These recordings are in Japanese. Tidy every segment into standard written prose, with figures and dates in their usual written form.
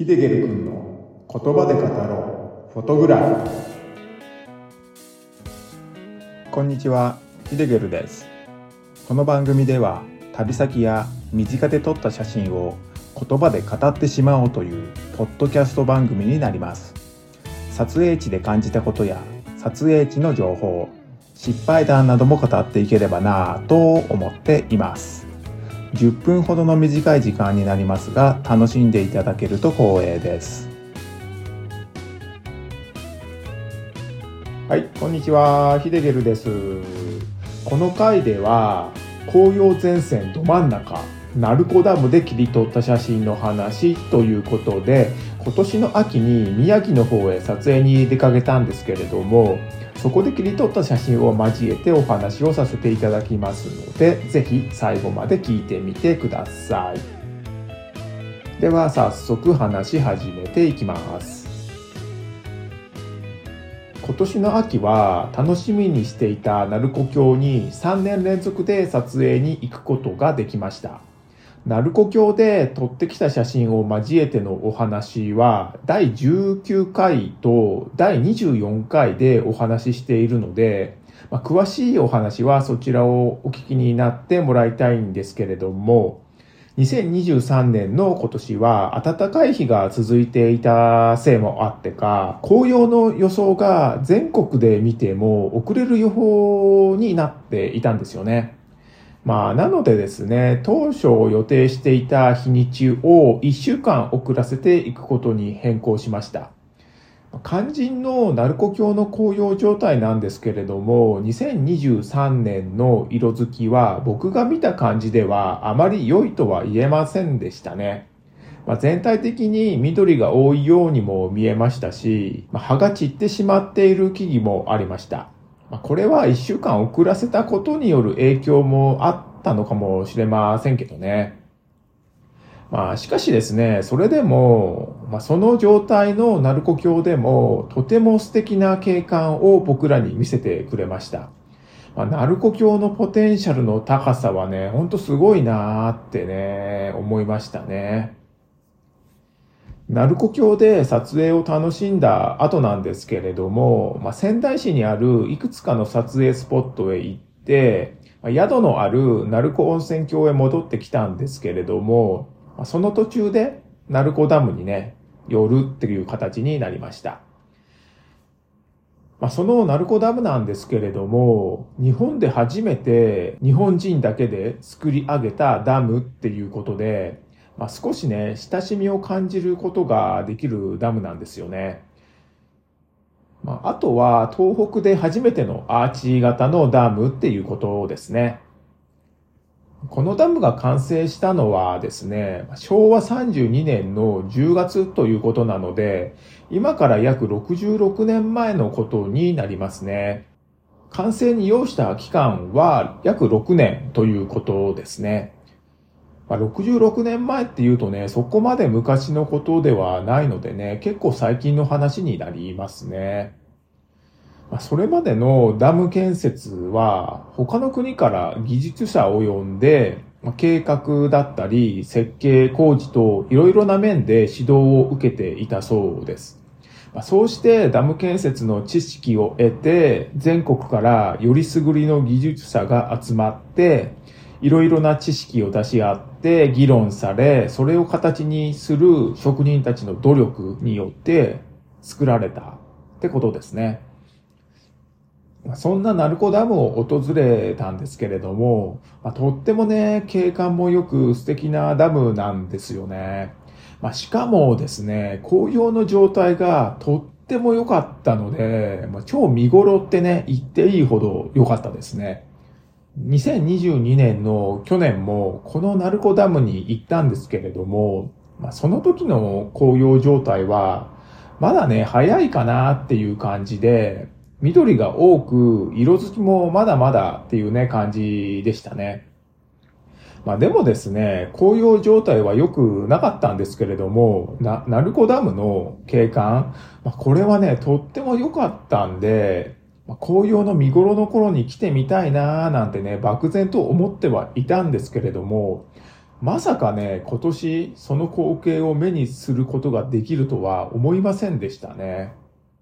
ヒデゲル君の言葉で語ろうフォトグラフ。こんにちは、ヒデゲルです。この番組では旅先や身近で撮った写真を言葉で語ってしまおうというポッドキャスト番組になります。撮影地で感じたことや撮影地の情報、失敗談なども語っていければなぁと思っています。10分ほどの短い時間になりますが、楽しんでいただけると光栄です。はい、こんにちは、ヒデゲルです。この回では紅葉前線ど真ん中、鳴子ダムで切り取った写真の話ということで、今年の秋に宮城の方へ撮影に出かけたんですけれども、そこで切り取った写真を交えてお話をさせていただきますので、ぜひ最後まで聞いてみてください。では早速話し始めていきます。今年の秋は楽しみにしていた鳴子峡に3年連続で撮影に行くことができました。鳴子峡で撮ってきた写真を交えてのお話は第19回と第24回でお話ししているので、詳しいお話はそちらをお聞きになってもらいたいんですけれども、2023年の今年は暖かい日が続いていたせいもあってか、紅葉の予想が全国で見ても遅れる予報になっていたんですよね。なのでですね、当初予定していた日にちを1週間遅らせていくことに変更しました。肝心の鳴子峡の紅葉状態なんですけれども、2023年の色づきは僕が見た感じではあまり良いとは言えませんでしたね。全体的に緑が多いようにも見えましたし、葉が散ってしまっている木々もありました。これは1週間遅らせたことによる影響もあったのかもしれませんけどね。しかしですね、それでも、その状態の鳴子峡でもとても素敵な景観を僕らに見せてくれました。鳴子峡のポテンシャルの高さはね、ほんとすごいなーってね、思いましたね。鳴子峡で撮影を楽しんだ後なんですけれども、仙台市にあるいくつかの撮影スポットへ行って、宿のある鳴子温泉郷へ戻ってきたんですけれども、その途中で鳴子ダムにね、寄るっていう形になりました。その鳴子ダムなんですけれども、日本で初めて日本人だけで作り上げたダムっていうことで、少しね、親しみを感じることができるダムなんですよね。あとは東北で初めてのアーチ型のダムっていうことですね。このダムが完成したのはですね、昭和32年の10月ということなので、今から約66年前のことになりますね。完成に要した期間は約6年ということですね。66年前っていうとね、そこまで昔のことではないのでね、結構最近の話になりますね。それまでのダム建設は他の国から技術者を呼んで、計画だったり設計工事といろいろな面で指導を受けていたそうです。そうしてダム建設の知識を得て、全国からよりすぐりの技術者が集まって、いろいろな知識を出し合って議論され、それを形にする職人たちの努力によって作られたってことですね。そんな鳴子ダムを訪れたんですけれども、とってもね、景観もよく素敵なダムなんですよね。しかもですね、紅葉の状態がとっても良かったので、超見頃ってね、言っていいほど良かったですね。2022年の去年もこの鳴子ダムに行ったんですけれども、その時の紅葉状態はまだね、早いかなっていう感じで、緑が多く色づきもまだまだっていうね、感じでしたね。でもですね、紅葉状態は良くなかったんですけれども、鳴子ダムの景観、これはね、とっても良かったんで、紅葉の見頃の頃に来てみたいなーなんてね、漠然と思ってはいたんですけれども、 まさかね、今年その光景を目にすることができるとは思いませんでしたね。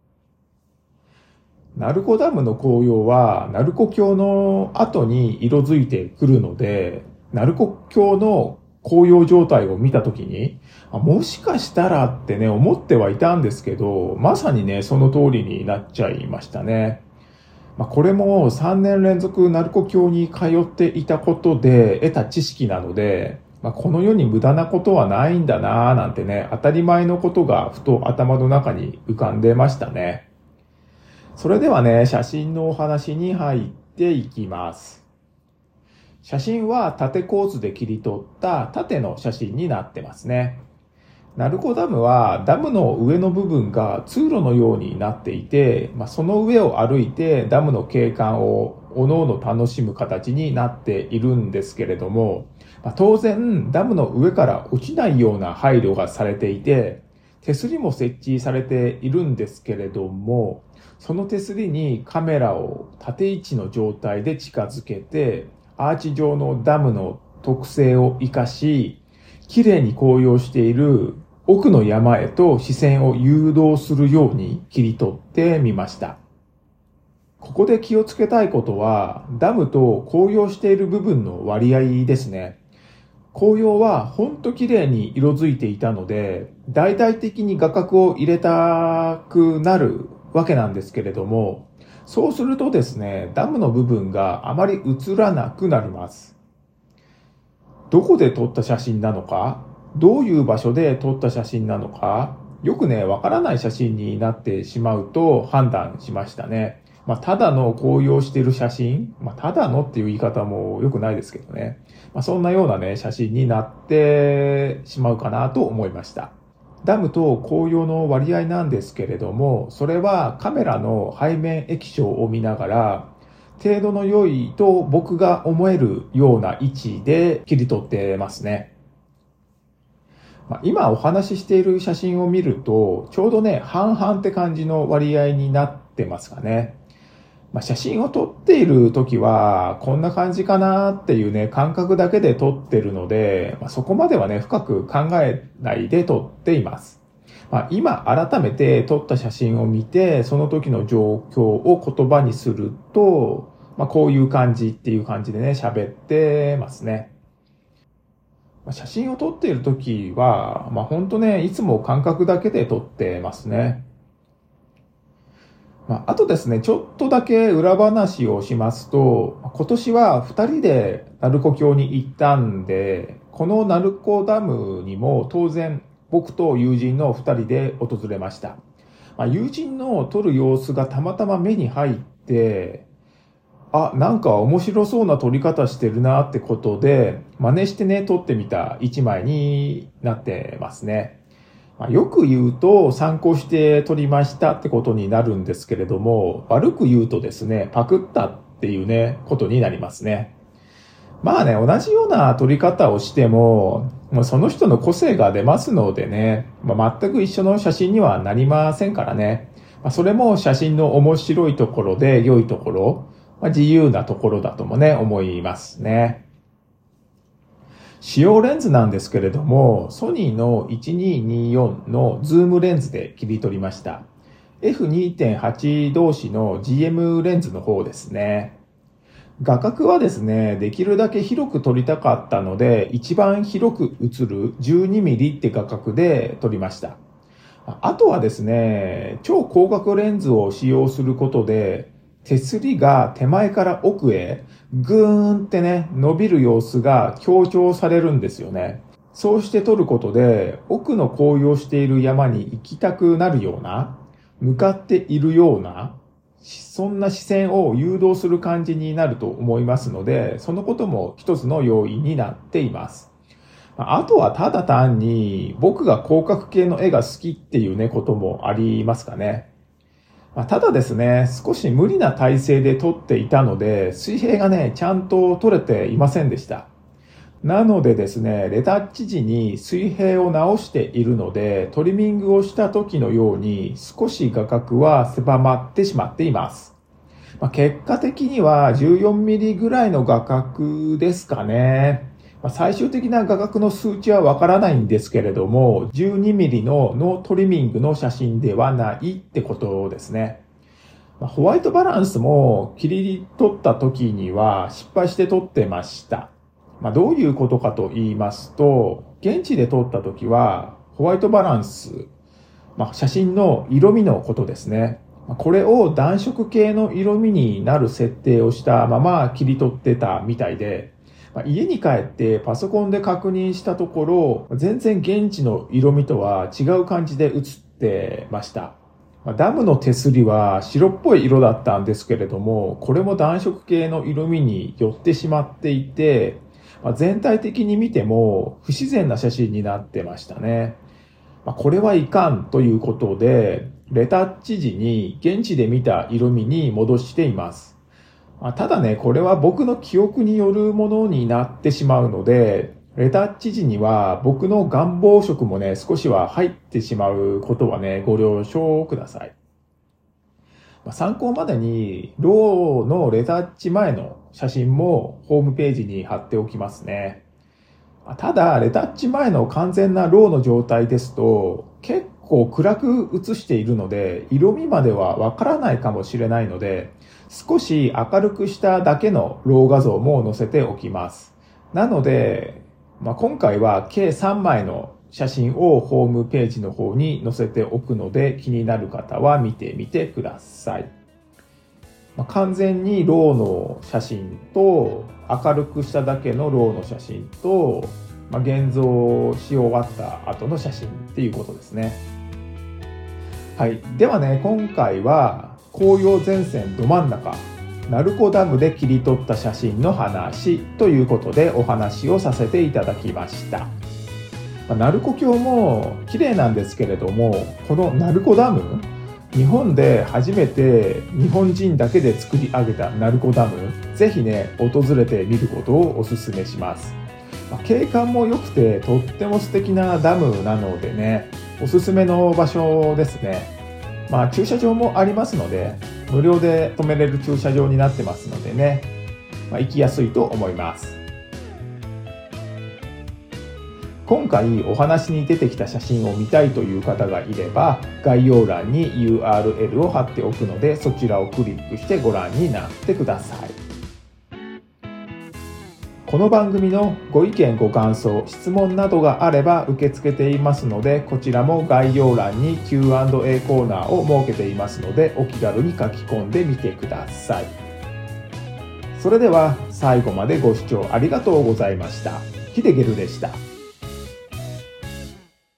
鳴子ダムの紅葉は鳴子峡の後に色づいてくるので、鳴子峡の紅葉状態を見たときに、もしかしたらってね、思ってはいたんですけど、まさにね、その通りになっちゃいましたね。これも3年連続鳴子峡に通っていたことで得た知識なので、この世に無駄なことはないんだなぁなんてね、当たり前のことがふと頭の中に浮かんでましたね。それではね、写真のお話に入っていきます。写真は縦構図で切り取った縦の写真になってますね。鳴子ダムはダムの上の部分が通路のようになっていて、その上を歩いてダムの景観をおのおの楽しむ形になっているんですけれども、当然ダムの上から落ちないような配慮がされていて、手すりも設置されているんですけれども、その手すりにカメラを縦位置の状態で近づけて、アーチ状のダムの特性を生かし、綺麗に紅葉している奥の山へと視線を誘導するように切り取ってみました。ここで気をつけたいことは、ダムと紅葉している部分の割合ですね。紅葉はほんと綺麗に色づいていたので、大々的に画角を入れたくなるわけなんですけれども、そうするとですね、ダムの部分があまり映らなくなります。どこで撮った写真なのか、どういう場所で撮った写真なのか、よくね、わからない写真になってしまうと判断しましたね。ただの紅葉している写真、ただのっていう言い方も良くないですけどね。そんなようなね、写真になってしまうかなと思いました。ダムと紅葉の割合なんですけれども、それはカメラの背面液晶を見ながら、程度の良いと僕が思えるような位置で切り取ってますね。今お話ししている写真を見ると、ちょうどね、半々って感じの割合になってますかね。写真を撮っている時は、こんな感じかなっていうね、感覚だけで撮ってるので、そこまではね、深く考えないで撮っています。今改めて撮った写真を見て、その時の状況を言葉にすると、こういう感じっていう感じでね、喋ってますね。写真を撮っている時は、本当ね、いつも感覚だけで撮ってますね。あとですね、ちょっとだけ裏話をしますと、今年は2人で鳴子峡に行ったんで、この鳴子ダムにも当然僕と友人の2人で訪れました。友人の撮る様子がたまたま目に入って、なんか面白そうな撮り方してるなってことで、真似してね、撮ってみた一枚になってますね。よく言うと参考して撮りましたってことになるんですけれども、悪く言うとですね、パクったっていうね、ことになりますね。同じような撮り方をしても、その人の個性が出ますのでね、全く一緒の写真にはなりませんからね。それも写真の面白いところで良いところ、自由なところだともね、思いますね。使用レンズなんですけれども、ソニーの1224のズームレンズで切り取りました。F2.8 同士の GM レンズの方ですね。画角はですね、できるだけ広く撮りたかったので、一番広く映る 12mm って画角で撮りました。あとはですね、超広角レンズを使用することで、手すりが手前から奥へぐーんってね、伸びる様子が強調されるんですよね。そうして撮ることで、奥の紅葉している山に行きたくなるような、向かっているような、そんな視線を誘導する感じになると思いますので、そのことも一つの要因になっています。あとはただ単に僕が広角系の絵が好きっていうね、こともありますかね。ただですね、少し無理な体勢で撮っていたので、水平がね、ちゃんと撮れていませんでした。なのでですね、レタッチ時に水平を直しているので、トリミングをした時のように少し画角は狭まってしまっています。結果的には14ミリぐらいの画角ですかね。 最終的な画角の数値はわからないんですけれども、12mm のノートリミングの写真ではないってことですね。ホワイトバランスも切り取った時には失敗して撮ってました。どういうことかと言いますと、現地で撮った時はホワイトバランス、写真の色味のことですね。これを暖色系の色味になる設定をしたまま切り取ってたみたいで、家に帰ってパソコンで確認したところ、全然現地の色味とは違う感じで写ってました。ダムの手すりは白っぽい色だったんですけれども、これも暖色系の色味に寄ってしまっていて、全体的に見ても不自然な写真になってましたね。これはいかんということで、レタッチ時に現地で見た色味に戻しています。ただね、これは僕の記憶によるものになってしまうので、レタッチ時には僕の願望色もね、少しは入ってしまうことはね、ご了承ください。参考までに、ローのレタッチ前の写真もホームページに貼っておきますね。ただ、レタッチ前の完全なローの状態ですと、結構暗く映しているので、色味まではわからないかもしれないので、少し明るくしただけのロー画像も載せておきます。なので、今回は計3枚の写真をホームページの方に載せておくので、気になる方は見てみてください。完全にローの写真と、明るくしただけのローの写真と、現像し終わった後の写真っていうことですね。はい。ではね、今回は紅葉前線ど真ん中、鳴子ダムで切り取った写真の話ということでお話をさせていただきました。鳴子峡も綺麗なんですけれども、この鳴子ダム、日本で初めて日本人だけで作り上げた鳴子ダム、ぜひね、訪れてみることをお勧めします。景観も良くてとっても素敵なダムなのでね、おすすめの場所ですね。駐車場もありますので、無料で止めれる駐車場になってますのでね、行きやすいと思います。今回お話に出てきた写真を見たいという方がいれば、概要欄に URL を貼っておくので、そちらをクリックしてご覧になってください。この番組のご意見ご感想、質問などがあれば受け付けていますので、こちらも概要欄に Q&A コーナーを設けていますので、お気軽に書き込んでみてください。それでは最後までご視聴ありがとうございました。ヒデゲルでした。